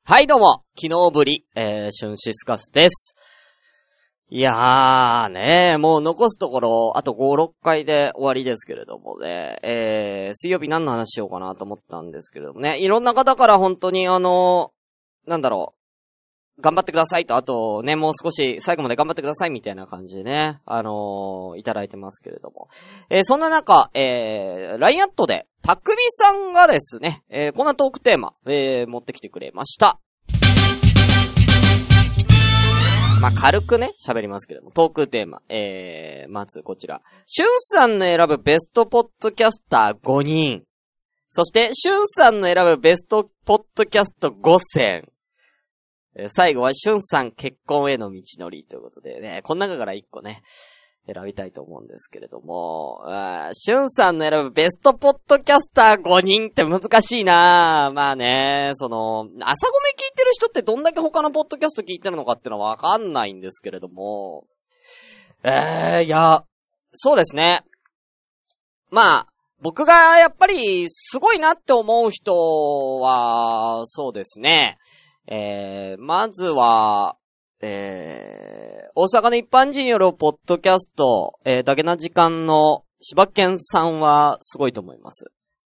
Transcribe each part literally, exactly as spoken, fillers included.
はいどうも、昨日ぶり、えー、シュンシスカスです。いやーねー、もう残すところ、あとご、ろっかいで終わりですけれどもね、えー、水曜日何の話しようかなと思ったんですけれどもね、いろんな方から本当にあのー、なんだろう、頑張ってくださいと、あとね、もう少し最後まで頑張ってくださいみたいな感じでね、あのー、いただいてますけれども。えー、そんな中、えー、ラインアットで、たくみさんがですね、えー、こんなトークテーマ、えー、持ってきてくれました。まあ、軽くね、喋りますけれども、トークテーマ、えー、まずこちら。しゅんさんの選ぶベストポッドキャスターごにん。そして、しゅんさんの選ぶベストポッドキャストごせん。えー、最後はしゅんさん結婚への道のりということでね、この中からいっこね、選びたいと思うんですけれども、しゅんさんの選ぶベストポッドキャスターごにんって難しいなぁ。まあね、その、朝ごめ聞いてる人ってどんだけ他のポッドキャスト聞いてるのかってのはわかんないんですけれども、えー、いや、そうですね。まあ、僕がやっぱりすごいなって思う人は、そうですね。えー、まずは、えー、大阪の一般人によるポッドキャスト、えー、だけな時間の柴犬さんはすごいと思います。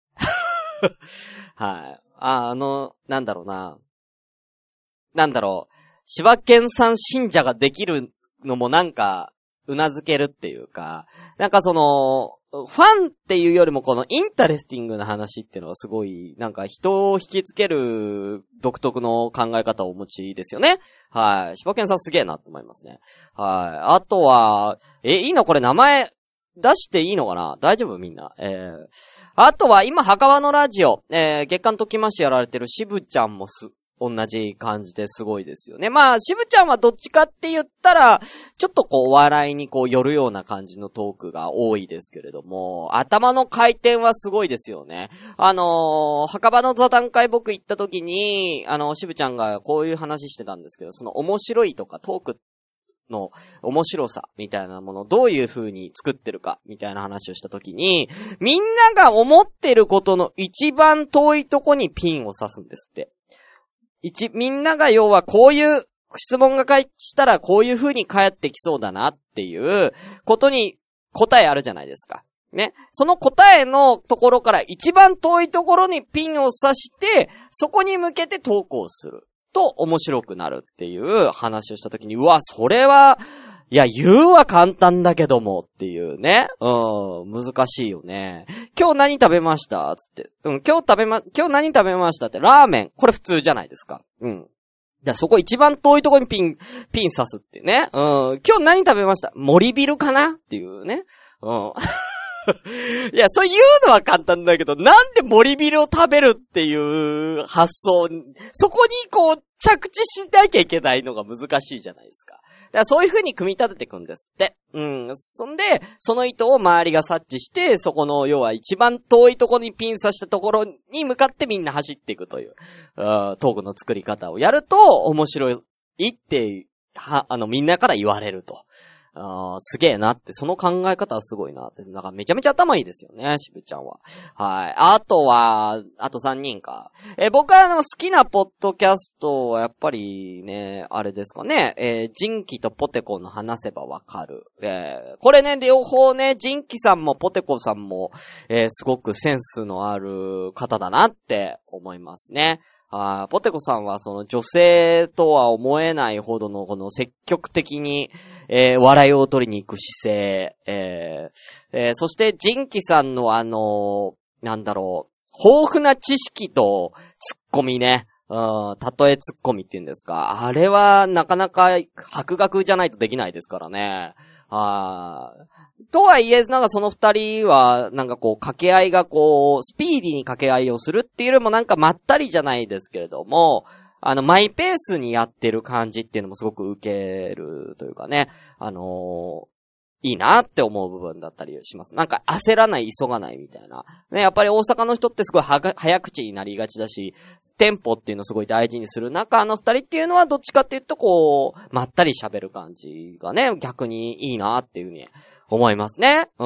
はい。あ、あの、なんだろうな。なんだろう。柴犬さん信者ができるのもなんか、うなずけるっていうか、なんかその、ファンっていうよりもこのインタレスティングな話っていうのはすごい、なんか人を引きつける独特の考え方をお持ちですよね。はい。柴犬さんすげえなと思いますね。はい。あとは、え、いいのこれ名前出していいのかな大丈夫みんな。えー、あとは今、墓場のラジオ、えー、月刊ときましてやられてる渋ちゃんもす、同じ感じですごいですよね。まあ、渋ちゃんはどっちかって言ったら、ちょっとこう、お笑いにこう、寄るような感じのトークが多いですけれども、頭の回転はすごいですよね。あのー、墓場の座談会僕行った時に、あの、渋ちゃんがこういう話してたんですけど、その面白いとかトークの面白さみたいなものをどういう風に作ってるかみたいな話をした時に、みんなが思ってることの一番遠いとこにピンを刺すんですって。一、みんなが要はこういう質問が返したらこういう風に返ってきそうだなっていうことに答えあるじゃないですか。ね。その答えのところから一番遠いところにピンを刺して、そこに向けて投稿すると面白くなるっていう話をしたときに、うわ、それは、いや、言うは簡単だけどもっていうね。うん、難しいよね。今日何食べましたつって。うん、今日食べま、今日何食べましたって、ラーメン。これ普通じゃないですか。うん。じゃあそこ一番遠いところにピン、ピン刺すってね。うん、今日何食べました森ビルかなっていうね。うん。いや、そう言うのは簡単だけど、なんで森ビルを食べるっていう発想、そこにこう、着地しなきゃいけないのが難しいじゃないですか。だからそういう風に組み立てていくんですって。うん。そんで、その糸を周りが察知して、そこの、要は一番遠いところにピン刺したところに向かってみんな走っていくという、トークの作り方をやると、面白いって、は、あの、みんなから言われると。あーすげえなって、その考え方はすごいなって。なんかめちゃめちゃ頭いいですよね、渋ちゃんは。はい。あとは、あとさんにんか。えー、僕はあの好きなポッドキャストはやっぱりね、あれですかね、えー、ジンキとポテコの話せばわかる。えー、これね、両方ね、ジンキさんもポテコさんも、えー、すごくセンスのある方だなって思いますね。あポテコさんはその女性とは思えないほどのこの積極的に、えー、笑いを取りに行く姿勢、えーえー、そしてジンキさんのあのー、なんだろう、豊富な知識とツッコミね、うん、例えツッコミって言うんですか。あれはなかなか博学じゃないとできないですからね。あとはいえ、なんかその二人は、なんかこう、掛け合いがこう、スピーディーに掛け合いをするっていうよりもなんかまったりじゃないですけれども、あの、マイペースにやってる感じっていうのもすごく受けるというかね、あのー、いいなって思う部分だったりします。なんか焦らない、急がないみたいな。ね、やっぱり大阪の人ってすごいはが早口になりがちだし、テンポっていうのをすごい大事にする中、あの二人っていうのはどっちかっていうとこう、まったり喋る感じがね、逆にいいなっていうふうに思いますね。うん。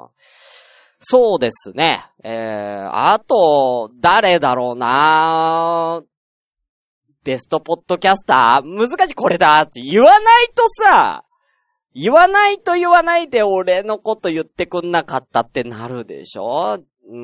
そうですね。えー、あと、誰だろうなベストポッドキャスター難しいこれだって言わないとさ、言わないと言わないで俺のこと言ってくんなかったってなるでしょ。うん。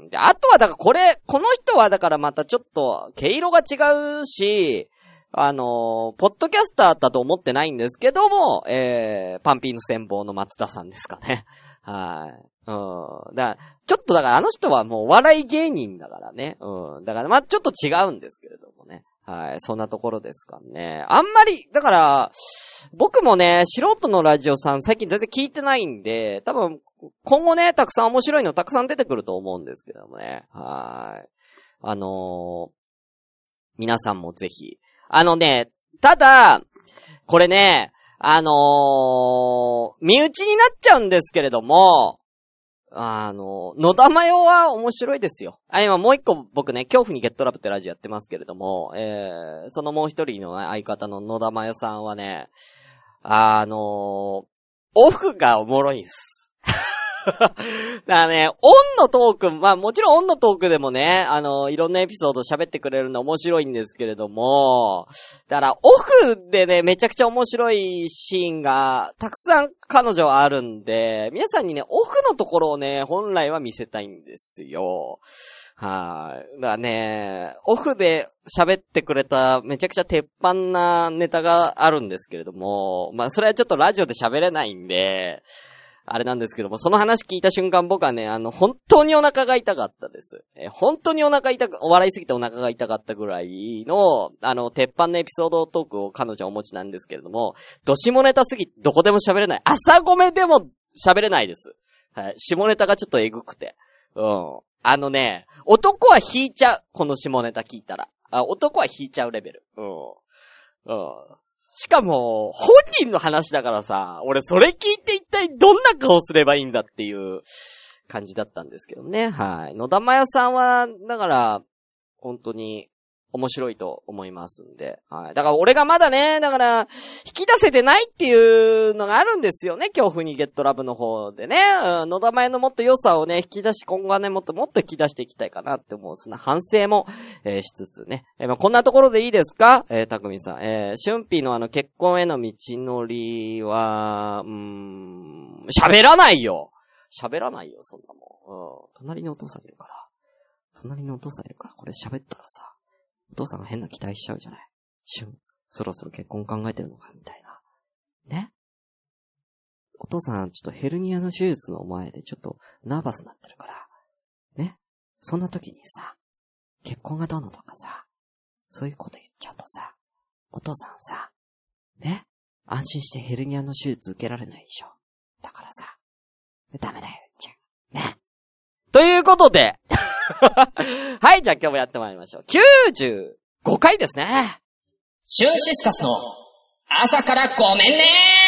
で、あとはだからこれ、この人はだからまたちょっと毛色が違うし、あのー、ポッドキャスターだと思ってないんですけども、えー、パンピーの戦法の松田さんですかね。はい。うん。だから、ちょっとだからあの人はもうお笑い芸人だからね。うん。だからまあちょっと違うんですけれどもね。はい。そんなところですかね。あんまり、だから、僕もね、素人のラジオさん最近全然聞いてないんで、多分、今後ね、たくさん面白いのたくさん出てくると思うんですけどもね。はい。あのー、皆さんもぜひ。あのね、ただ、これね、あのー、身内になっちゃうんですけれども、あの、野田マヨは面白いですよ。あ、今もう一個僕ね、恐怖にゲットラブってラジオやってますけれども、えー、そのもう一人の、ね、相方の野田マヨさんはね、あのー、オフがおもろいです。だからね、オンのトーク、まあもちろんオンのトークでもね、あの、いろんなエピソード喋ってくれるの面白いんですけれども、だからオフでね、めちゃくちゃ面白いシーンがたくさん彼女はあるんで、皆さんにね、オフのところをね、本来は見せたいんですよ。はい。だからね、オフで喋ってくれためちゃくちゃ鉄板なネタがあるんですけれども、まあそれはちょっとラジオで喋れないんで、あれなんですけども、その話聞いた瞬間僕はね、あの、本当にお腹が痛かったです。え、本当にお腹痛く、お笑いすぎてお腹が痛かったぐらいの、あの、鉄板のエピソードトークを彼女はお持ちなんですけれども、ど下ネタすぎ、どこでも喋れない。朝ごめでも喋れないです。はい。下ネタがちょっとエグくて。うん。あのね、男は引いちゃう。この下ネタ聞いたら。あ、男は引いちゃうレベル。うん。うん。しかも、本人の話だからさ、俺それ聞いて一体どんな顔すればいいんだっていう感じだったんですけどね。はい。野田真代さんは、だから、本当に面白いと思いますんで。はい。だから俺がまだね、だから、引き出せてないっていうのがあるんですよね。恐怖にゲットラブの方でね。うん、野田真代のもっと良さをね、引き出し、今後はね、もっともっと引き出していきたいかなって思う。そんな反省も、えー、しつつね。えー、まあ、こんなところでいいですかえー、たくみさん。えー、春辟のあの、結婚への道のりは、うーん、喋らないよ喋らないよ、そんなもん。うん。隣にお父さんいるから。隣にお父さんいるから、これ喋ったらさ、お父さんが変な期待しちゃうじゃない。春、そろそろ結婚考えてるのかみたいな。ね。お父さん、ちょっとヘルニアの手術の前でちょっとナーバスになってるから。ね。そんな時にさ、結婚がどうのとかさ、そういうこと言っちゃうとさ、お父さんさ、ね。安心してヘルニアの手術受けられないでしょ。だからさ、ダメだよ、ちゃん。ね。ということで、はい、じゃあ今日もやってまいりましょう。きゅうじゅうごかいですね。 シュンシスカスの朝からごめんね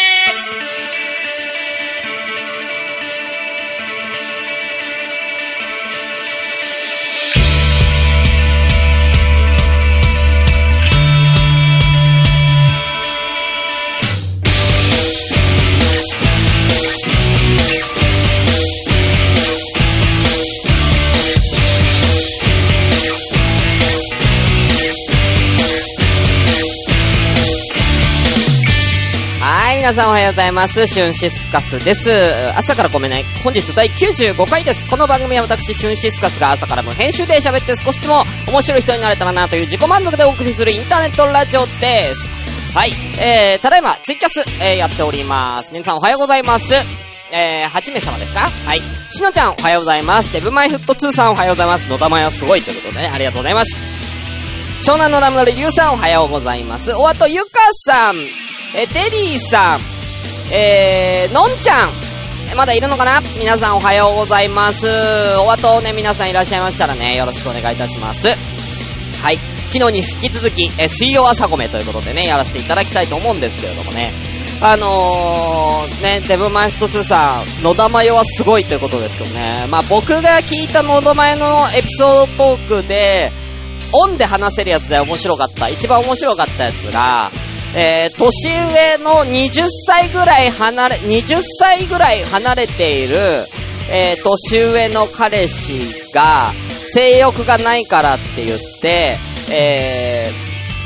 皆さんおはようございます。シュンシスカスです。朝からごめんね。本日だいきゅうじゅうごかいです。この番組は私、シュンシスカスが朝から無編集で喋って少しでも面白い人になれたらなという自己満足でお送りするインターネットラジオです。はい。えー、ただいま、ツイキャス、えー、やっております。皆さんおはようございます。えー、はちめい様ですか？はい。しのちゃんおはようございます。デブマイフットツーさんおはようございます。野田真代すごいということでね、ありがとうございます。湘南のラムのレリューさんおはようございます。おあとゆかさん、えー、デリーさん、えー、のんちゃん、まだいるのかな？皆さんおはようございます。おあとね、皆さんいらっしゃいましたらね、よろしくお願いいたします。はい。昨日に引き続き、えー、水曜朝ごめということでね、やらせていただきたいと思うんですけれどもね。あのー、ね、デブマイフットツーさん、野田真代はすごいということですけどね。まあ僕が聞いた野田真代のエピソードトークで、オンで話せるやつで面白かった、一番面白かったやつが、えー、年上のはたちぐらい離れ、はたちぐらい離れている、えー、年上の彼氏が、性欲がないからって言って、え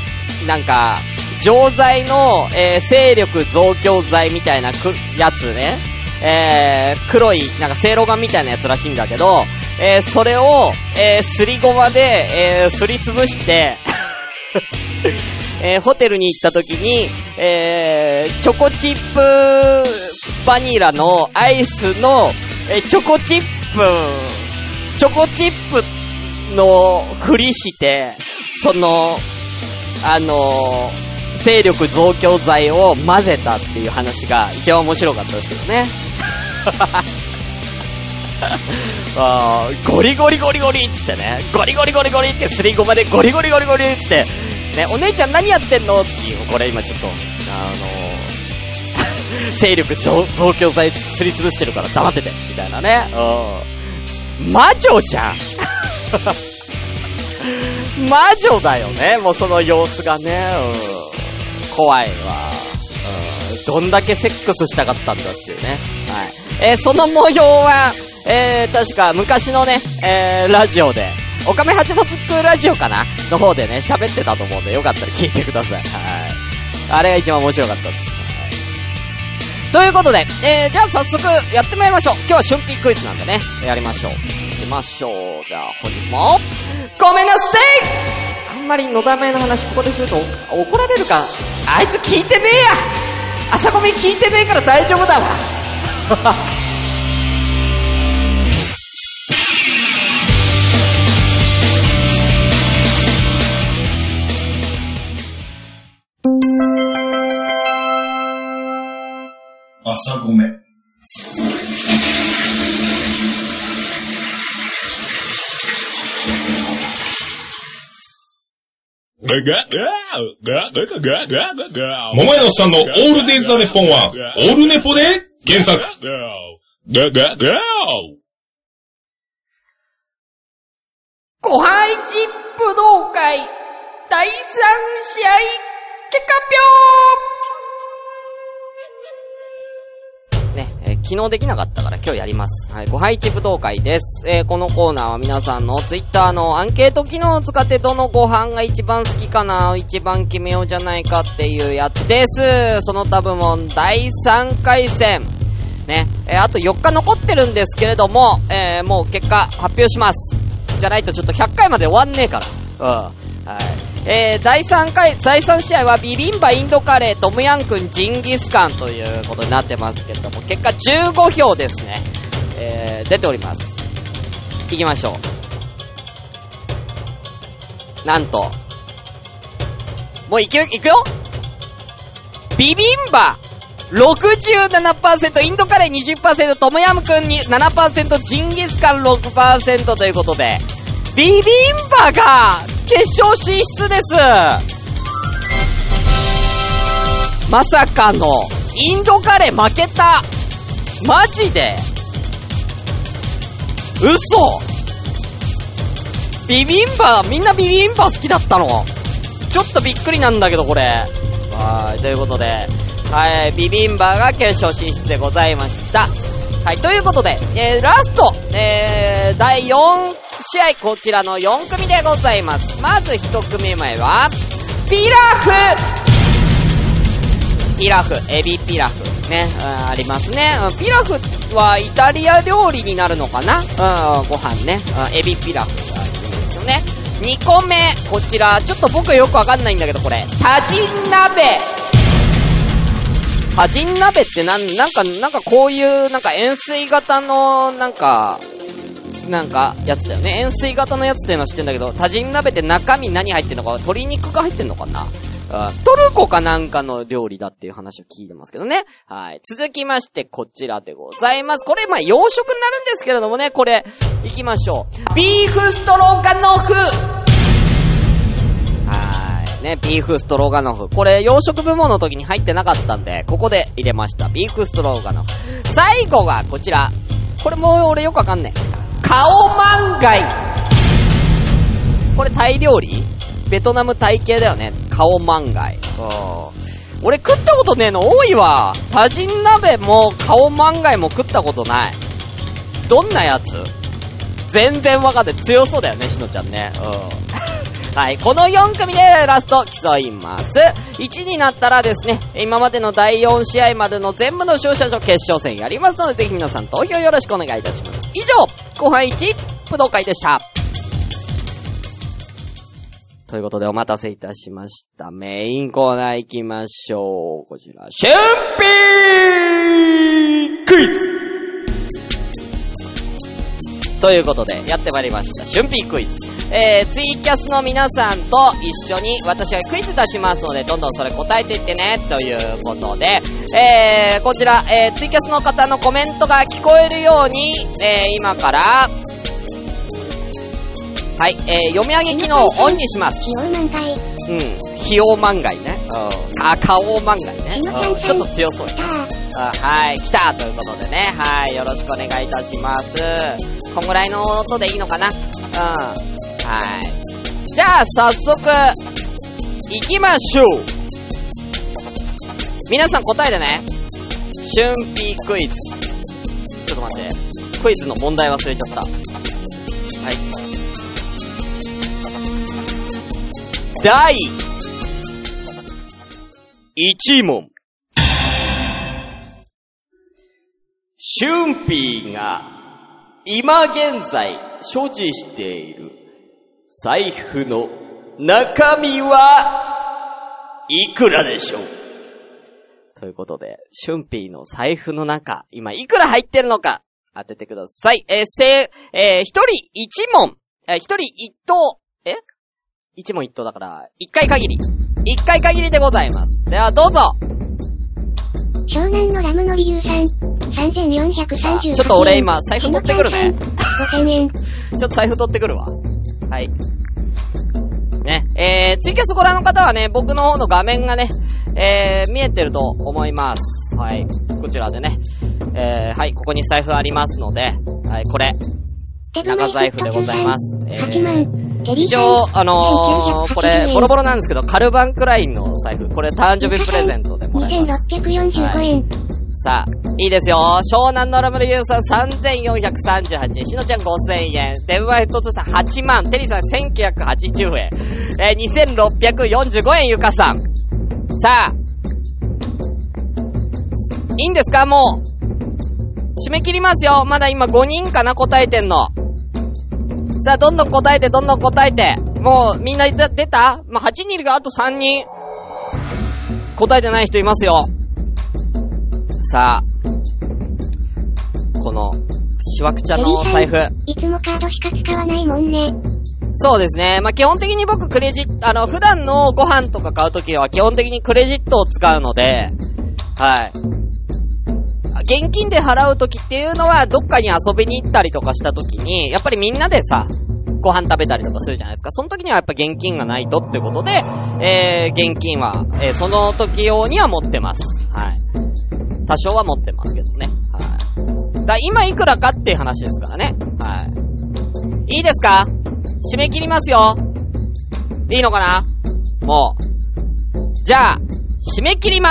なんか、錠剤の、えー、勢力増強剤みたいなく、やつね。えー、黒い、なんか、せいろがんみたいなやつらしいんだけど、えー、それを、えー、すりごまで、えー、すりつぶして、えー、ホテルに行った時に、えー、チョコチップバニラのアイスの、えー、チョコチップ、チョコチップのふりして、その、あのー、勢力増強剤を混ぜたっていう話が一番面白かったですけどね。あゴリゴリゴリゴリっつってね、ゴリゴリゴリゴリってすりごまでゴリゴリゴリゴリっつって、ね、お姉ちゃん何やってんのっていう、これ今ちょっと、あのー、勢力増強剤ちょっとすりつぶしてるから黙ってて、みたいなね。うん。魔女じゃん魔女だよね、もうその様子がね。うん。怖いわ。うん。どんだけセックスしたかったんだっていうね。はい。えー、その模様は、えー、確か昔のね、えー、ラジオで、おかめはちもつっくラジオかなの方でね、喋ってたと思うんで、よかったら聞いてください。はい。あれが一番面白かったです。はい、ということで、えー、じゃあ早速やってまいりましょう。今日は春季クイズなんでね、やりましょう。行きましょう。じゃあ本日も、ごめんなさい。あんまりのだめの話ここですると怒られるか。あいつ聞いてねえや。朝ごみ聞いてねえから大丈夫だわ。 朝ごめ。 桃屋のおっさんのオールデイズ・ザ・ネッポンは、オールネポで原作。 ごはいち武道会だいさん試合結果発表ね、えー、昨日できなかったから今日やります。はい、ごはいち武道会です。えー、このコーナーは皆さんのツイッターのアンケート機能を使ってどのご飯が一番好きかな、一番決めようじゃないかっていうやつです。その他部門だいさんかい戦。ね、えー、あとよっか残ってるんですけれども、えー、もう結果発表します。じゃないとちょっとひゃっかいまで終わんねえから。うん。はい。えー、だいさんかい、だいさん試合はビビンバインドカレートムヤンクンジンギスカンということになってますけれども、結果じゅうごひょうですね。えー、出ております。行きましょう。なんと。もう行くよ、行くよビビンバろくじゅうななパーセント、インドカレー にじゅっパーセント、トムヤムクンに ななパーセント、ジンギスカン ろくパーセント ということで、ビビンバが決勝進出です。まさかのインドカレー負けた。マジで嘘。ビビンバ、みんなビビンバ好きだったの？ちょっとびっくりなんだけどこれ。はい、ということで、はい、ビビンバが決勝進出でございました。はい、ということで、えー、ラスト、えー、だいよん試合、こちらのよん組でございます。まずいち組目は、ピラフピラフ、エビピラフ。ね、うん、ありますね。うん、ピラフはイタリア料理になるのかな？うん、ご飯ね。うん、エビピラフがあるんですよね。にこめ、こちら、ちょっと僕よくわかんないんだけど、これ、タジン鍋。タジン鍋ってなん、なんか、なんかこういう、なんか円錐型の、なんか、なんか、やつだよね。円錐型のやつっていうのは知ってんだけど、タジン鍋って中身何入ってんのか、鶏肉が入ってんのかな？トルコかなんかの料理だっていう話を聞いてますけどね。はい。続きまして、こちらでございます。これ、まあ、洋食になるんですけれどもね、これ、行きましょう。ビーフストロガノフ。はい。ね、ビーフストロガノフ。これ、洋食部門の時に入ってなかったんで、ここで入れました。ビーフストロガノフ。最後が、こちら。これも俺よくわかんねえ。カオマンガイ。これ、タイ料理？ベトナムタイ系だよね。カオマンガイ。俺食ったことねえの多いわ。タジン鍋もカオマンガイも食ったことない。どんなやつ？全然わかんない。強そうだよね、しのちゃんね。うん。 はい、このよん組でラスト競います。いちになったらですね、今までのだいよん試合までの全部の勝者と決勝戦やりますので、ぜひ皆さん投票よろしくお願いいたします。以上、後半いち武道会でした。ということでお待たせいたしました。メインコーナー行きましょう。こちら、春ピークイズということで、やってまいりました。春ピークイズ。えー、ツイキャスの皆さんと一緒に私がクイズ出しますので、どんどんそれ答えていってね、ということで、えー、こちら、えー、ツイキャスの方のコメントが聞こえるように、えー、今から、はい、えー、読み上げ機能をオンにします。 費用満開。 うん、費用満開ね。うん。あ、花王満開ね。うん、ちょっと強そうやな。あ、はい、来たということでね。はい、よろしくお願いいたします。こんぐらいの音でいいのかな？うん。はい。じゃあ、早速、行きましょう。皆さん答えてね。春ピークイズ。ちょっと待って。クイズの問題忘れちゃった。はい。だいいち問。春ピーが今現在所持している財布の中身はいくらでしょう？ということで、春ピーの財布の中、今いくら入ってるのか当ててください。えー、せー、えー、一人一問、えー、一人一答、え一問一答だから、一回限り。一回限りでございます。ではどうぞ。 湘南のラムの理由さん、さんぜんよんひゃくさんじゅうはちえん。 ちょっと俺今、財布取ってくるね。 ごせんえん。 ちょっと財布取ってくるわ。はい。ね、えー、ツイキャスご覧の方はね、僕の方の画面がね、えー、見えてると思います。はい。こちらでね、えー、はい、ここに財布ありますので、はい、これ。長財布でございます。えー、一応、あのー、これ、ボロボロなんですけど、カルバンクラインの財布。これ、誕生日プレゼントでもらいます。 にせんろっぴゃくよんじゅうごえん。はい、 さあ、いいですよ。湘南のラムルユーさんさんぜんよんひゃくさんじゅうはちえん。しのちゃんごせんえん。デブワイトツーさんはちまん。テリーさんせんきゅうひゃくはちじゅうえん。えー、にせんろっぴゃくよんじゅうごえんゆかさん。さあ、いいんですか？もう。締め切りますよ。まだ今ごにんかな、答えてんの。さあ、どんどん答えて、どんどん答えて。もう、みんな出た？まあ、はちにんいるがあとさんにん。答えてない人いますよ。さあ、この、しわくちゃの財布。 いつもカードしか使わないもんね。 そうですね。まあ、基本的に僕クレジット、あの、普段のご飯とか買うときは基本的にクレジットを使うので、はい。現金で払うときっていうのは、どっかに遊びに行ったりとかしたときに、やっぱりみんなでさ、ご飯食べたりとかするじゃないですか。その時にはやっぱ現金がないとってことで、えー、現金は、えー、その時用には持ってます。はい。多少は持ってますけどね。はい。だ今いくらかっていう話ですからね。はい。いいですか？締め切りますよ。いいのかな？もう。じゃあ、締め切ります。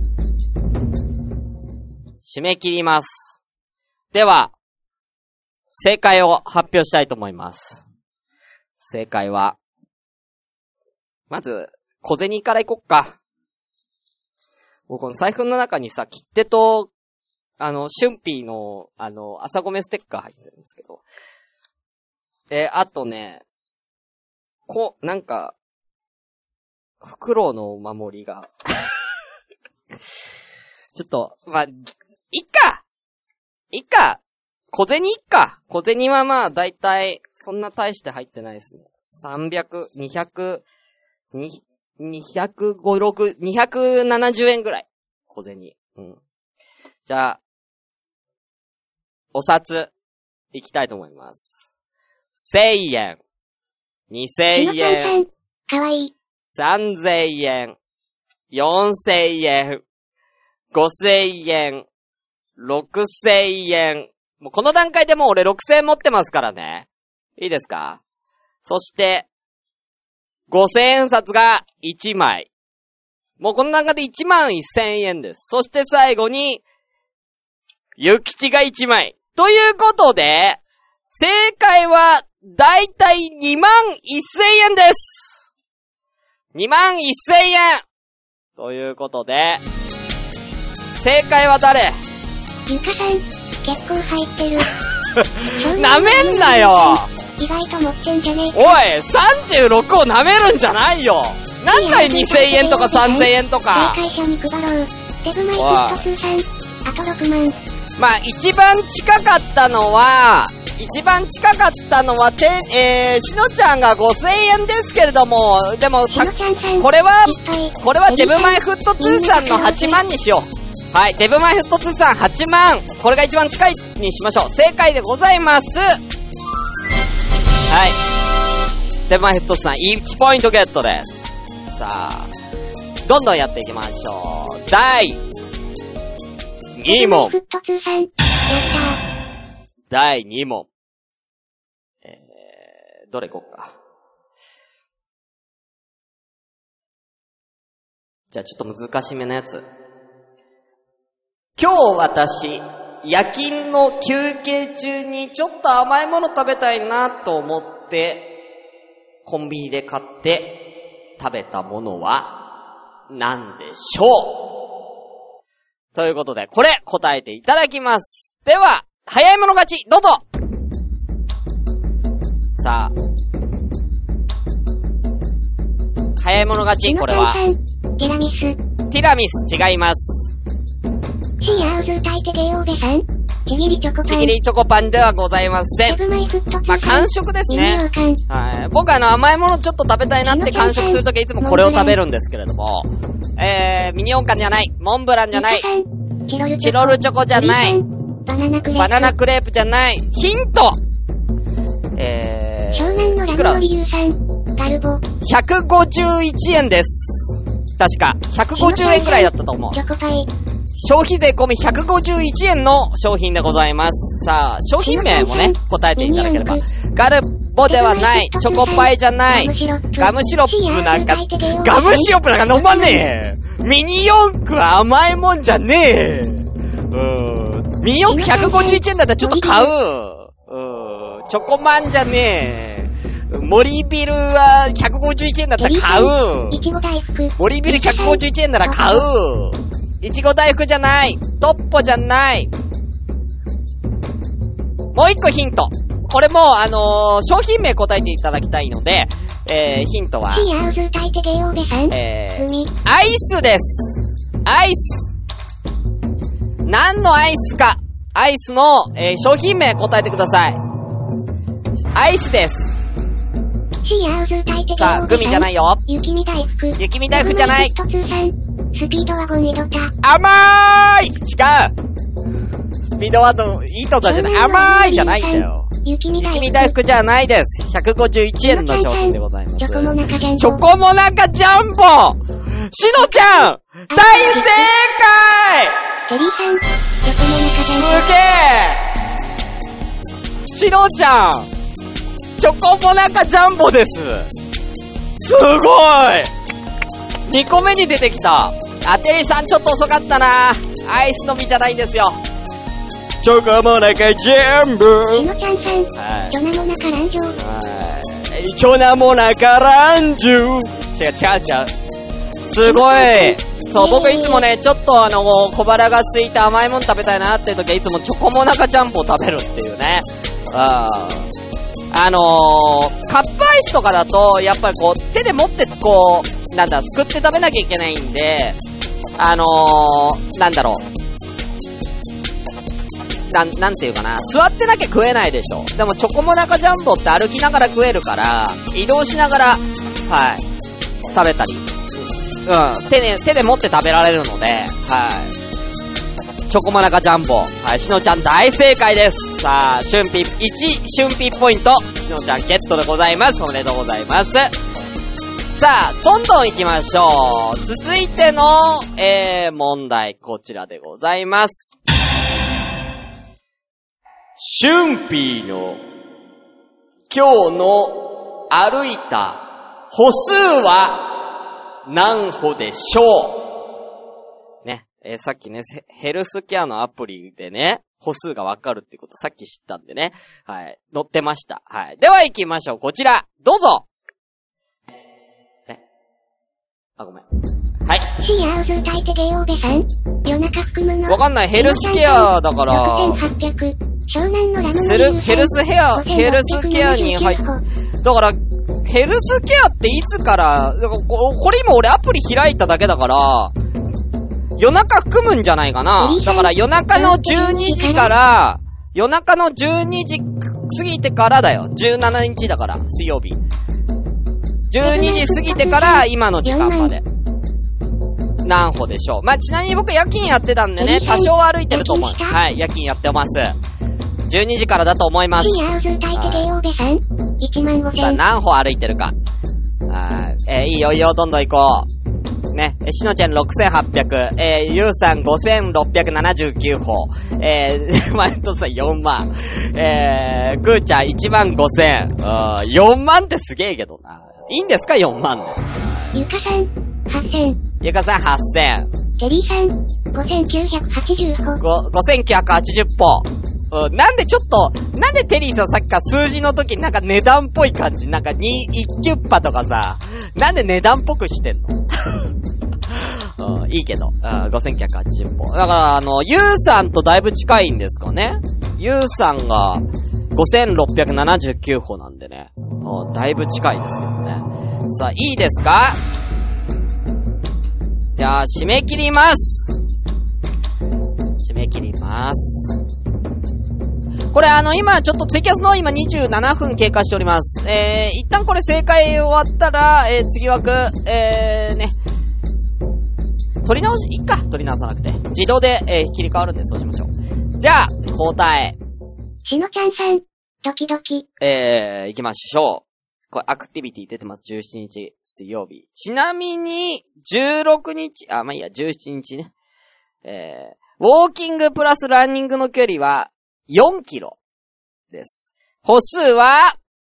締め切ります。では、正解を発表したいと思います。正解は、まず、小銭からいこっか。僕この財布の中にさ、切手と、あの、春ピーの、あの、朝ごめステッカー入ってるんですけど。え、あとね、こ、なんか、フクロウのお守りが。ちょっと、まあ、いっかいっか小銭いっか小銭はまあ、だいたい、そんな大して入ってないですね。さんびゃく、にひゃく、にひゃくごじゅうろく、にひゃくななじゅうえんぐらい。小銭。うん。じゃあ、お札、いきたいと思います。せんえん。にせんえん。 かわいい。 さんぜんえん。よんせんえん。ごせんえん。ろくせんえん。もうこの段階でもう俺ろくせんえん持ってますからね。いいですか？そして、ごせんえん札がいちまい。もうこの段階でいちまんせんえんです。そして最後に、ゆきちがいちまい。ということで、正解はだいたいにまんせんえんです。にまんせんえんということで、正解は誰？ ゆかさん、結構入ってる。 なめんなよ。 意外と持ってんじゃねえか。 おい、さんじゅうろくをなめるんじゃないよ。なんだよにせんえんとかさんぜんえんとか。 正解者に配ろう。デブマイフット通算、あとろくまん。 まあ、一番近かったのは、一番近かったのは、て、えー、しのちゃんがごせんえんですけれども、でも、たこれは、これはデブマイフット通算のはちまんにしよう。はい、デブマイフット通算はちまん。これが一番近いにしましょう。正解でございます。はい。デブマイフット通算いちポイントゲットです。さあ、どんどんやっていきましょう。だいに問。 フット通算、やったー。 だいに問。えー、どれいこうか。じゃあちょっと難しめなやつ。今日私、夜勤の休憩中にちょっと甘いもの食べたいなと思って、コンビニで買って食べたものは何でしょう？ということで、これ答えていただきます。では、早い者勝ち、どうぞ。さあ。早い者勝ち、これは。 ティラミス。 ティラミス、違います。 シーアーウズ歌い手ゲーオーベさん。ちぎりチョコパン。 ちぎりチョコパンではございません。まあ、完食ですね。はい。僕あの甘いものちょっと食べたいなって完食するときはいつもこれを食べるんですけれども。えー、ミニオンカンじゃない。モンブランじゃない。チロルチョコじゃない。 バナナクレープ。 バナナクレープじゃない。ヒントえー、 湘南のラムの理由さん。ガルボ。 ひゃくごじゅういちえんです。確か。ひゃくごじゅうえんぐらいだったと思う。 チョコパイ。 消費税込みひゃくごじゅういちえんの商品でございます。さあ、商品名もね、答えていただければ。ガルボではない。チョコパイじゃない。ガムシロップなんか、ガムシロップなんか飲まねえ。ミニ四駆は甘いもんじゃねえ。うーん。ミニ四駆ひゃくごじゅういちえんだったらちょっと買う。うーん。チョコマンじゃねえ。森ビルはひゃくごじゅういちえんだったら買う。 いちご大福。 森ビルひゃくごじゅういちえんなら買う。いちご大福じゃない。トッポじゃない。もう一個ヒント。これも、あのー、商品名答えていただきたいので、えー、ヒントは、えー、アイスです。アイス。何のアイスか。アイスの、えー、商品名答えてください。アイスです。さあ、グミじゃないよ。 雪見大福。 雪見大福じゃない。 スピードワゴンイドタ。 甘ーい違うスピードワゴンイドタじゃない。甘ーいじゃないんだよ。雪見大福じゃないです。ひゃくごじゅういちえんの商品でございます。 チョコモナカジャンボ。 チョコモナカジャンボしのちゃん大正解テリーさん、チョコモナカジャンボ。すげーしのちゃんチョコモナカジャンボです。すごいにこめに出てきた。あ、テリーさんちょっと遅かったな。アイスのみじゃないんですよ。チョコモナカジャンボ。 しのちゃんさん、はい、チョナモナカランジュ。 はい。チョナモナカランジュ。違う違う違う。すごい。そう、僕いつもね、ちょっとあの、小腹が空いて甘いもの食べたいなっていう時はいつもチョコモナカジャンボを食べるっていうね。ああのー、カップアイスとかだと、やっぱりこう、手で持ってこう、なんだ、すくって食べなきゃいけないんで、あのー、なんだろう。なん、なんていうかな。座ってなきゃ食えないでしょ。でもチョコモナカジャンボって歩きながら食えるから、移動しながら、はい、食べたり。うん、手で、手で持って食べられるので、はい。チョコモナカジャンボ。はい、しのちゃん大正解です。さあ、シュンピいち、シュンピポイント、しのちゃんゲットでございます。おめでとうございます。さあ、どんどん行きましょう。続いての、えー、問題、こちらでございます。シュンピーの、今日の歩いた歩数は何歩でしょう？ね。えー、さっきね、ヘルスケアのアプリでね、 歩数がわかるってことさっき知ったんでね。はい。載ってました。はい。では行きましょう。こちら。どうぞ。えあ、ごめん。はい。 深夜をずたいてゲイオーベさん。夜中含むの。 わかんない。ヘルスケアだから。 ろくせんはっぴゃく。湘南のラムのヘル、ヘルスヘア、ヘルスケアに入っ、だから、ヘルスケアっていつから、だからこ、これ今俺アプリ開いただけだから、夜中含むんじゃないかな。だから夜中のじゅうにじから、夜中のじゅうにじ過ぎてからだよ。じゅうしちにちだから、水曜日。じゅうにじ過ぎてから今の時間まで。何歩でしょう。まあ、ちなみに僕夜勤やってたんでね、多少は歩いてると思う。はい、夜勤やってます。じゅうにじからだと思います。さあ、何歩歩いてるか。はい。えー、いいよいいよ、どんどん行こう。ね。え、しのちゃんろくせんはっぴゃく。えー、ゆうさんごせんろっぴゃくななじゅうきゅう歩。えー、マイトさんよんまん。えー、くーちゃんいちまんごせん。うん、よんまんってすげえけどな。いいんですかよんまんで。 ゆかさん、はっせん。 ゆかさんはっせん。 ケリーさん、ごせんきゅうひゃくはちじゅう歩。 ご、ごせんきゅうひゃくはちじゅう歩。うん、なんでちょっと、なんでテリーさんさっきから数字の時になんか値段っぽい感じ、なんかに、いちキュッパとかさ、なんで値段っぽくしてんのうん、いいけど、うん、ごせんきゅうひゃくはちじゅう歩。だからあの、ゆうさんとだいぶ近いんですかね。ゆうさんがごせんろっぴゃくななじゅうきゅう歩なんでね。うん、だいぶ近いですけどね。さあ、いいですか？じゃあ、締め切ります。締め切ります。これあの今ちょっとツイキャスの今にじゅうななふん経過しております。えー、一旦これ正解終わったら、えー、次枠、えー、ね。取り直し、いっか。取り直さなくて。自動で、えー、切り替わるんでそうしましょう。じゃあ、交代。 しのちゃんさん、ドキドキ。 えー、行きましょう。これアクティビティ出てます。じゅうしちにち水曜日。ちなみに、じゅうろくにち、あ、まあ、いいや、じゅうしちにちね。えー、ウォーキングプラスランニングの距離は、よんキロです。歩数は、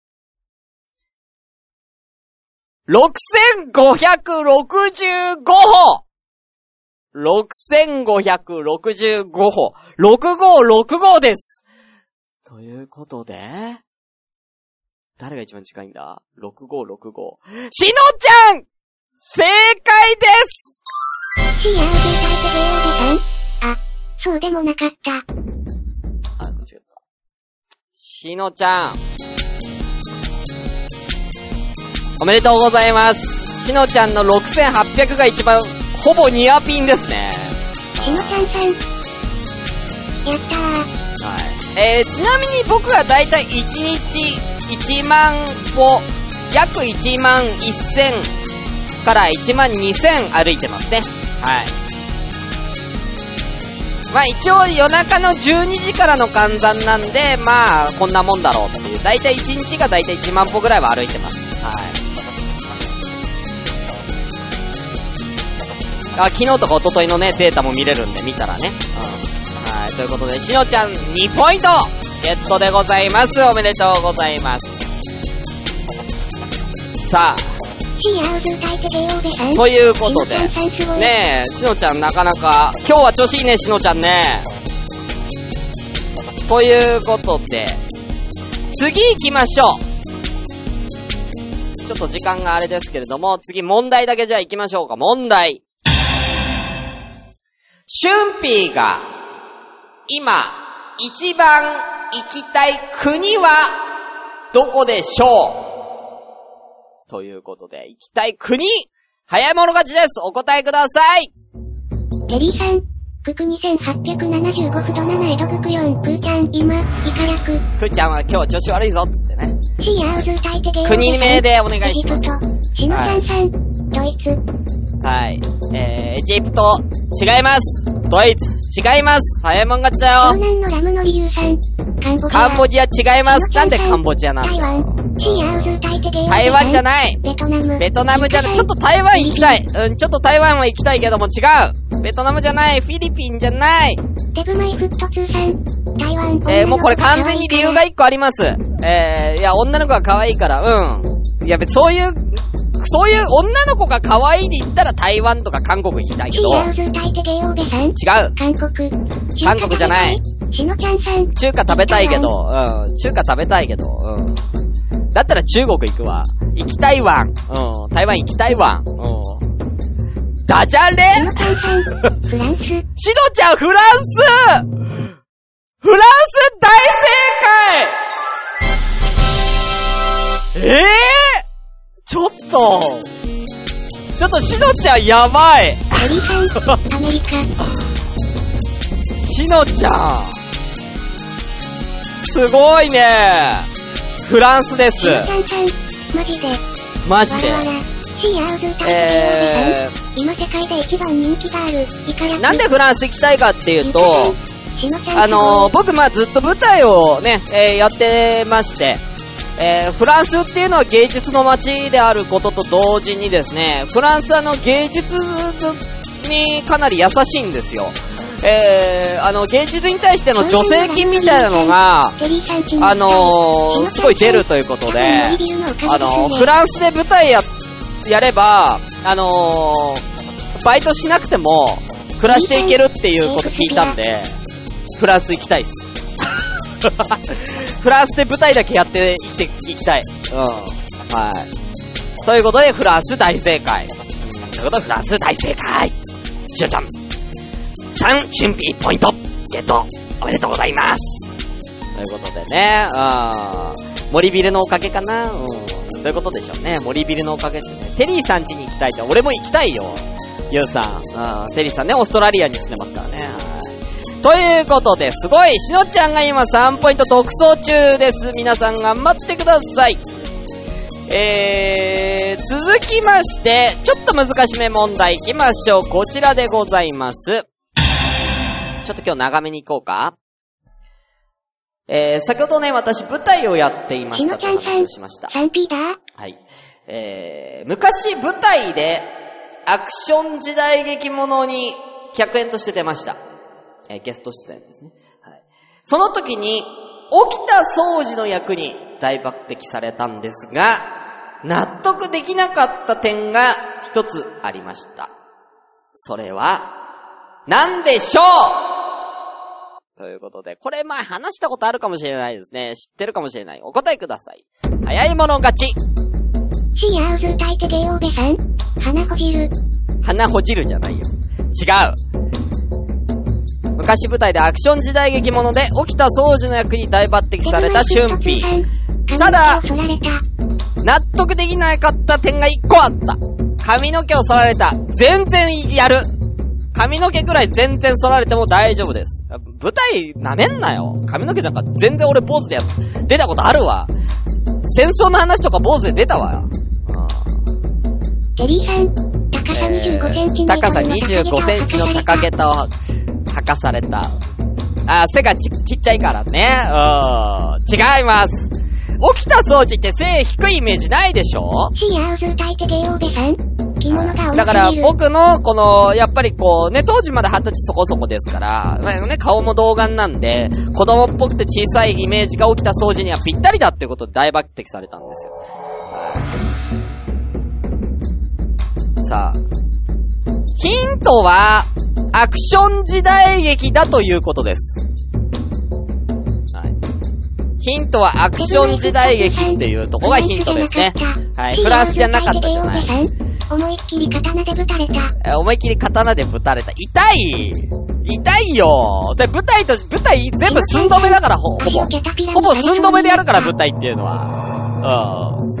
ろくせんごひゃくろくじゅうご歩 !ろくせんごひゃくろくじゅうご歩。ろくごろくごです。ということで、誰が一番近いんだ ?ろくごろくご。しのちゃん正解ですシアーズタイプゲーオーベさん。あ、そうでもなかった。 あ、間違った。しのちゃん。おめでとうございます。しのちゃんのろくせんはっぴゃくが一番、ほぼニアピンですね。 しのちゃんさん。やったー。 はい。えー、ちなみに僕はだいたいいちにちいちまん歩、約いちまんせんからいちまんにせん歩いてますね。はい。まあ一応夜中のじゅうにじからの換算なんで、まあこんなもんだろうという。だいたいいちにちがだいたいいちまん歩ぐらいは歩いてます。はい。あ、昨日とか一昨日のね、データも見れるんで見たらね。うん。はい。ということで、しのちゃんにポイントゲットでございます。おめでとうございます。さあ。ということで、ねえ、しのちゃんなかなか、今日は調子いいね、しのちゃんね。ということで、次行きましょう。ちょっと時間があれですけれども、次問題だけじゃあ行きましょうか。問題。シュンピーが、今、一番行きたい国は、どこでしょう？ということで、行きたい国、早い者勝ちです。お答えください。 テリーさん、ククにせんはっぴゃくななじゅうごふとなな江戸区くよん、クーちゃん、今、イカヤク。 クーちゃんは今日調子悪いぞ、つってね。 シーアーズタイテゲー国名でお願いします。 シノちゃんさん、はい、ドイツ。 はい。えー、エジプト、違います。ドイツ、違います。早い者勝ちだよ。 湘南のラムの理由さん、カンボジア。 カンボジア違います。なんでカンボジアなんだよ。台湾じゃない。 ベトナム。 ベトナムじゃない。ちょっと台湾行きたい。うん、ちょっと台湾は行きたいけども違う。ベトナムじゃない。フィリピンじゃない。 デブマイフットツーさん、台湾。 えー、もうこれ完全に理由が一個あります。えー、いや、女の子が可愛いから、うん。いや、別にそういう、そういう女の子が可愛いで言ったら台湾とか韓国行きたいけど。違う。 韓国。 韓国じゃない。 しのちゃんさん。 中華食べたいけど、うん。中華食べたいけど、うん。だったら中国行くわ。行きたいわん。うん。台湾行きたいわん。うん。ダジャレしのちゃんさん。フランス。しのちゃんフランスフランス大正解えぇ、ー、ちょっと。ちょっとしのちゃんやばい。 エリーさん。アメリカ。 しのちゃん。すごいね。フランスです。しのちゃんさん。マジで。 マジで。 わらわらシーアウズータイえー、今世界で一番人気があるイカヤなんでフランス行きたいかっていうと、あのー、僕まあずっと舞台をね、えー、やってまして、えー、フランスっていうのは芸術の街であることと同時にですね、フランスはあの芸術にかなり優しいんですよ。えー、あの芸術に対しての助成金みたいなのが、あのー、すごい出るということで、あのー、フランスで舞台ややれば、あのー、バイトしなくても暮らしていけるっていうこと聞いたんで、フランス行きたいっす。フランスで舞台だけやって生きていきたい。うん。はい。ということで、フランス大正解。ということで、フランス大正解。しおちゃん。さん、春辟ポイント。ゲット。おめでとうございます。ということでね、うん。森ビルのおかげかな。うん。どういうことでしょうね。森ビルのおかげってね。テリーさん家に行きたいって、俺も行きたいよ。ユウさん。うん。テリーさんね、オーストラリアに住んでますからね。ということで、すごい、しのちゃんが今さんポイント独走中です。皆さん頑張ってください。えー、続きまして、ちょっと難しめ問題行きましょう。こちらでございます。ちょっと今日長めに行こうか。えー、先ほどね、私舞台をやっていましたと話をしました。 さんピーだ。 はい。えー、昔舞台でアクション時代劇ものに客演として出ました。えー、ゲスト出演ですね。はい。その時に、沖田総司の役に大抜擢されたんですが、納得できなかった点が一つありました。それは、何でしょうということで、これ前話したことあるかもしれないですね。知ってるかもしれない。お答えください。早い者勝ち。 シーアウズータイテゲヨーベさん。花ほじる。 花ほじるじゃないよ。違う。昔舞台でアクション時代劇もので沖田総司の役に大抜擢された春辟。ただ、納得できなかった点が一個あった。髪の毛を剃られた。全然やる。髪の毛くらい全然剃られても大丈夫です。舞台舐めんなよ。髪の毛なんか全然俺坊主でや出たことあるわ。戦争の話とか坊主で出たわ。 テリーさん、高さにじゅうごセンチの高さにじゅうごセンチの高下駄を履かされた。あ、背がち、ちっちゃいからね。うん。違います。沖田総司って背低いイメージないでしょ？ シーアウズータイテゲヨーベさん。着物がだから僕のこのやっぱりこうね、当時まだ二十歳そこそこですから、ね、顔も童顔なんで子供っぽくて小さいイメージが沖田総司にはぴったりだっていうことで大抜擢されたんですよ。さあ、ヒントはアクション時代劇だということです。はい。ヒントはアクション時代劇っていうとこがヒントですね。はい。フランスじゃなかったじゃない。 思いっきり刀でぶたれた。 思いっきり刀でぶたれた。痛い痛いよ。で、舞台と、舞台全部寸止めだから、ほ、ほぼ。ほぼ寸止めでやるから、舞台っていうのは。うん。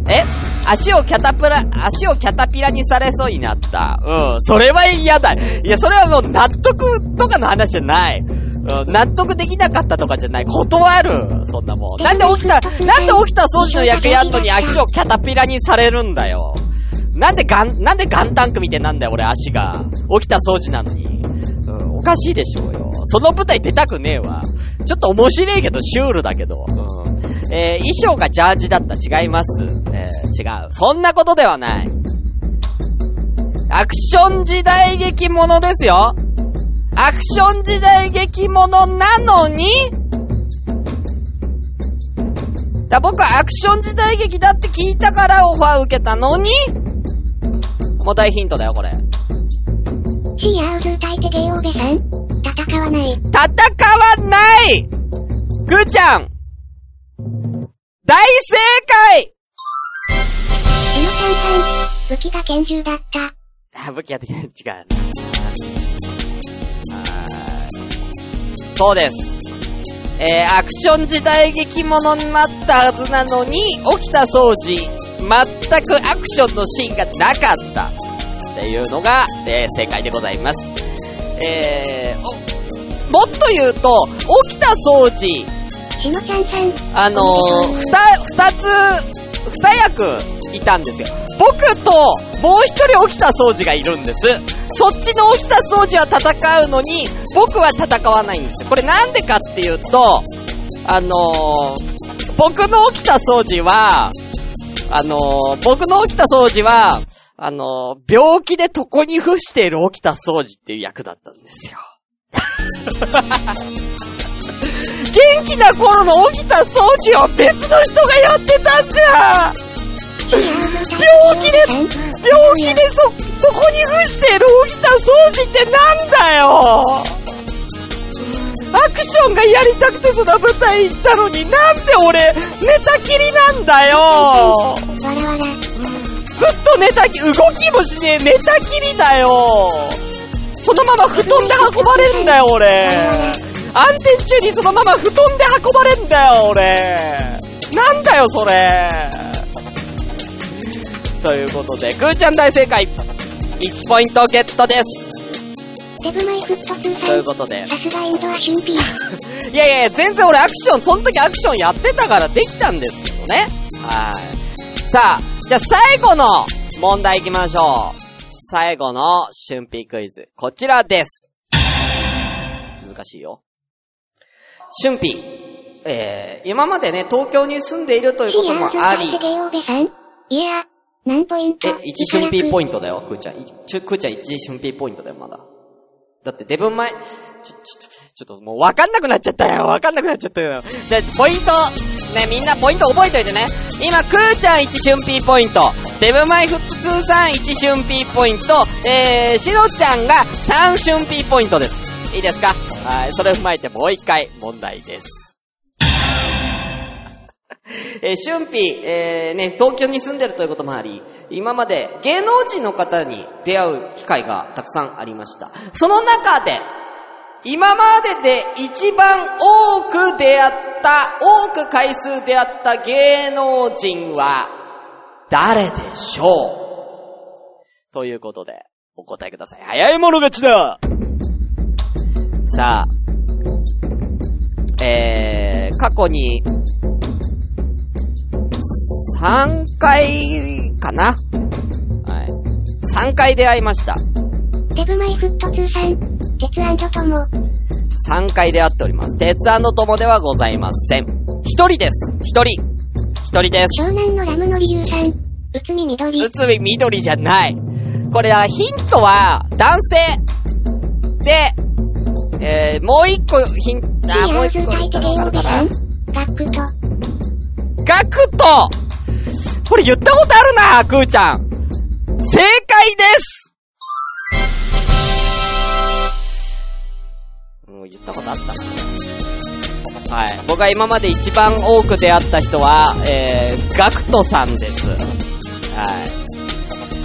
え足をキャタプラ、足をキャタピラにされそうになった。うん。それは嫌だ。いや、それはもう納得とかの話じゃない。うん。納得できなかったとかじゃない。断る。そんなもん。なんで起きた、なんで起きた掃除の役やんのに足をキャタピラにされるんだよ。なんでガン、なんでガンタンクみたいなんだよ、俺足が。起きた掃除なのに。うん、おかしいでしょうよ。その舞台出たくねえわ。ちょっと面白いけど、シュールだけど。うん、えー、衣装がジャージだった。違います。えー、違う。そんなことではない。アクション時代劇ものですよ。アクション時代劇ものなのに、だ僕はアクション時代劇だって聞いたからオファー受けたのに、もう大ヒントだよ、これ。 シーアウズータイテゲヨーベさん。 戦わない。 戦わないぐーちゃん大正解しのちゃんさん、武器が拳銃だった。 あ、武器やってきた。違う。そうです。えー、アクション時代劇ものになったはずなのに、起きた掃除、全くアクションのシーンがなかったっていうのが、えー、正解でございます。えー、おもっと言うと、起きた掃除、 しのちゃんさん、 あのー、ふた、二つ、二役いたんですよ。僕と、もう一人起きた掃除がいるんです。そっちの起きた掃除は戦うのに、僕は戦わないんですよ。これなんでかっていうと、あのー、僕の起きた掃除は、あのー、僕の起きた掃除は、あのー、病気で床に伏している起きた掃除っていう役だったんですよ。元気な頃の起きた掃除を別の人がやってたんじゃん。病気で、病気でそ、床に伏している起きた掃除ってなんだよ。アクションがやりたくてその舞台行ったのになんで俺、寝たきりなんだよ。 わらわら。 ずっと寝たき、動きもしねえ、寝たきりだよ。そのまま布団で運ばれるんだよ、俺。暗転中にそのまま布団で運ばれるんだよ、俺。なんだよ、それ。ということで、ぐーちゃん大正解。いちポイントゲットです。 デブマイフットツーさん。 ということで。 さすがインドア俊ピー。 いやいや、全然俺アクション、その時アクションやってたからできたんですけどね。はい。さあ、じゃあ最後の問題行きましょう。最後の俊ピークイズ。こちらです。難しいよ。俊ピー。えー、今までね、東京に住んでいるということもあり。 いや、何ポイント？ え、いち俊ピーポイントだよ、くーちゃん。ちゅ、くーちゃんいち俊ピーポイントだよ、まだ。だって、デブ前、ちょ、ちょ、ちょっともうわかんなくなっちゃったよ。わかんなくなっちゃったよ。じゃあ、ポイント、ね、みんなポイント覚えといてね。今、くーちゃんいち俊ピーポイント。デブマイフットツーさんいち俊ピーポイント。えー、しのちゃんがさん俊ピーポイントです。いいですか？はい、それを踏まえてもう一回問題です。えー、俊ピー、えー、ね、東京に住んでるということもあり、今まで芸能人の方に出会う機会がたくさんありました。その中で、今までで一番多く出会った、多く回数出会った芸能人は誰でしょう？ということで、お答えください。早い者勝ちだ！さあ、えー、過去に、さんかいかな、はい。さんかい出会いました。 デブマイフットツーさん、鉄&トモ。 さんかい出会っております。鉄&トモではございません。ひとりです。ひとり。ひとりです。 湘南のラムのりゆうさん、うつみみどり。 うつみみどりじゃない。これはヒントは男性。で、えー、もう一個ヒント、あ、もう一個ヒントだから。 ガクト。 ガクト！これ言ったことあるな、くーちゃん。正解です！もう言ったことあったな。はい。僕が今まで一番多く出会った人は、えー、ガクトさんです。はい。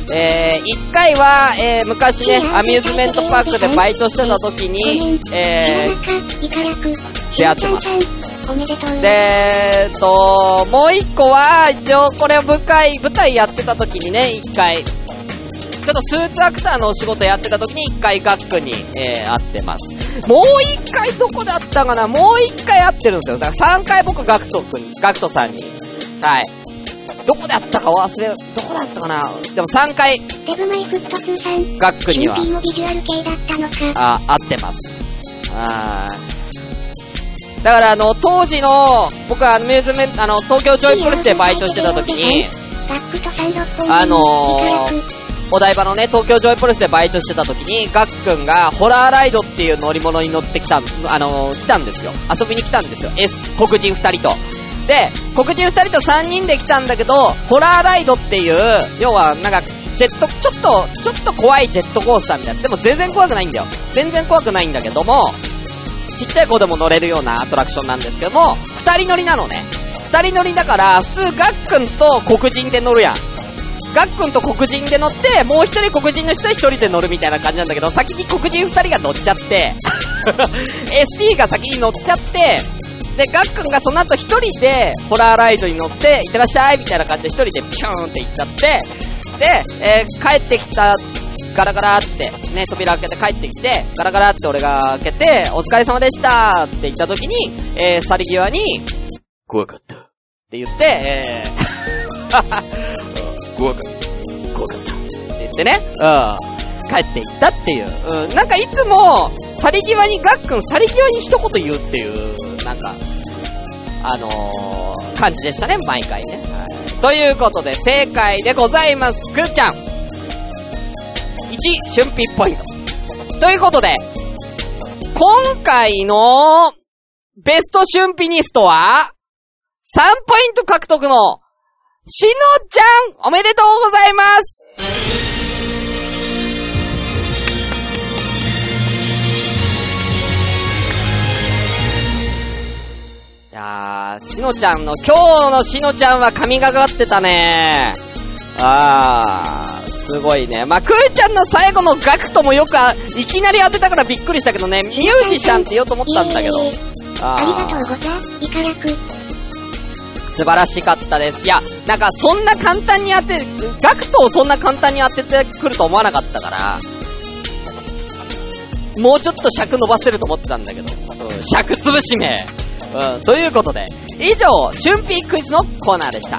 えー、一回は、えー、昔ね、アミューズメントパークでバイトしてた時に、えー、出会ってます。で、えーと、もう一個は、一応これ舞台、舞台やってた時にね、一回、ちょっとスーツアクターのお仕事やってた時に一回ガックに、えー、会ってます。もう一回どこだったかな？もう一回会ってるんですよ。だからさんかい僕ガクトくん、ガクトさんに。はい。どこだったか忘れ、どこだったかな？でもさんかい、 デブマイフットツーさん、 ガックには、 もビジュアル系だったのか。 あ、会ってます。あー。だからあの、当時の、僕はアミューズメント、あの、東京ジョイポリスでバイトしてた時に、あのー、お台場のね、東京ジョイポリスでバイトしてた時に、ガックンがホラーライドっていう乗り物に乗ってきた、あのー、来たんですよ。遊びに来たんですよ。S、黒人二人と。で、黒人二人と三人で来たんだけど、ホラーライドっていう、要はなんか、 ジェット、ちょっと、ちょっと怖いジェットコースターみたいな。でも全然怖くないんだよ。全然怖くないんだけども、ちっちゃい子でも乗れるようなアトラクションなんですけども、二人乗りなのね。二人乗りだから、普通ガックンと黒人で乗るやん。ガックンと黒人で乗って、もう一人黒人の人は一人で乗るみたいな感じなんだけど、先に黒人二人が乗っちゃって、エスティー が先に乗っちゃって、で、ガックンがその後一人で、ホラーライドに乗って、いってらっしゃいみたいな感じで一人でピシューンって行っちゃって、で、えー、帰ってきた、ガラガラって、ね、扉開けて帰ってきて、ガラガラって俺が開けて、お疲れ様でしたって言った時に、えー、去り際に、怖かったって言って、えー、怖かった、怖かったって言ってね、うん、帰っていったっていう、うん、なんかいつも、去り際にガックン、去り際に一言言うっていう、なんか、あのー、感じでしたね、毎回ね。はい、ということで、正解でございます。くーちゃん。いち、春ピポイント。ということで、今回のベスト春ピニストは、さんポイント獲得の、しのちゃん、おめでとうございます。いやー、しのちゃんの、今日のしのちゃんは神がかってたね。あー、すごいね。まあ、くーちゃんの最後のガクトもよくいきなり当てたからびっくりしたけどね、ミュージシャンって言おうと思ったんだけど。 あありがとうござい、いかやく。 素晴らしかったです。いや、なんかそんな簡単に当て、ガクトをそんな簡単に当ててくると思わなかったから、もうちょっと尺伸ばせると思ってたんだけど、うん、尺潰しめ。うん、ということで、以上、春ピークイズのコーナーでした。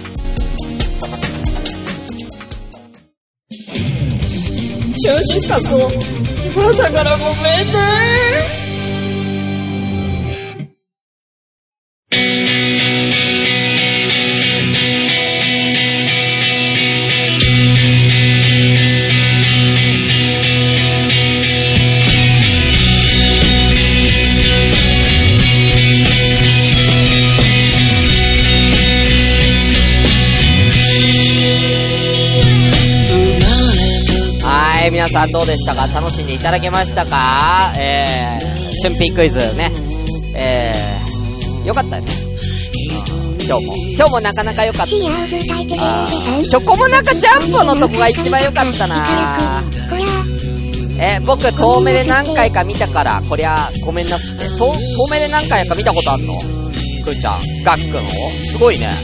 シュンシスカスの朝からごめんね。皆さんどうでしたか？楽しんでいただけましたか？えー、春ピークイズね。えー、よかったよね。今日も。今日もなかなかよかった。あチョコモナカジャンプのとこが一番よかったな。えー、僕遠目で何回か見たから、こりゃごめんなすって。遠目で何回か見たことあんの？くーちゃん、ガックのすごいね。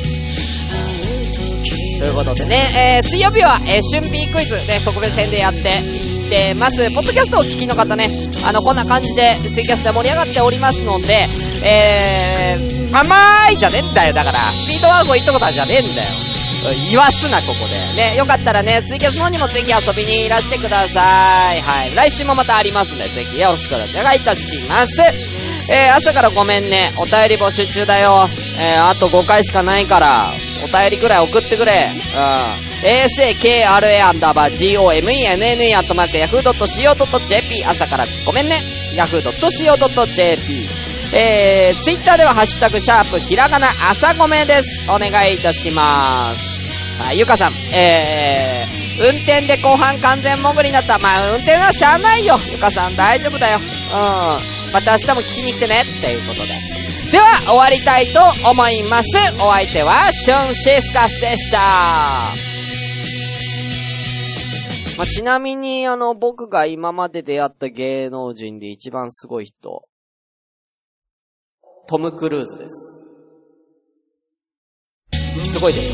ということでね、えー、水曜日は、えー、春ピークイズで特別編でやっていってます。ポッドキャストをお聞きの方ね、あの、こんな感じでツイキャスで盛り上がっておりますので、えー、甘いじゃねえんだよ、だから。スピードワーゴン行ったことはじゃねえんだよ。言わすな、ここで。ね、よかったらね、ツイキャスの方にもぜひ遊びにいらしてください。はい。来週もまたありますので、ぜひよろしくお願いいたします。えー、朝からごめんね。お便り募集中だよ。えー、あとごかいしかないから、お便りぐらい送ってくれ。うん。エーエスエーケーアールエー アンダーバー ジーオーエムイーエヌエヌイー アットマークヤフードットシーオードットジェーピー 朝からごめんね。ヤフードットシーオードットジェーピー。えー、ツイッターではハッシュタグシャープひらがな朝ごめです。お願いいたします。はい、ゆかさん、えー、運転で後半完全潜りになった。まあ、運転はしゃあないよ。ゆかさん大丈夫だよ。うん。また明日も聞きに来てね。っていうことで。では、終わりたいと思います。お相手は、シュンシスカスでした。まあ、ちなみに、あの、僕が今まで出会った芸能人で一番すごい人、トム・クルーズです。すごいでしょ？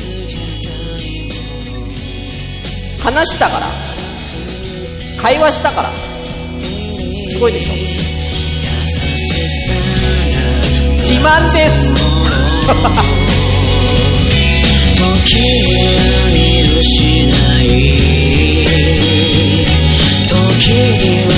話したから。会話したから。すごいでしょ？自慢です。時は見失い時には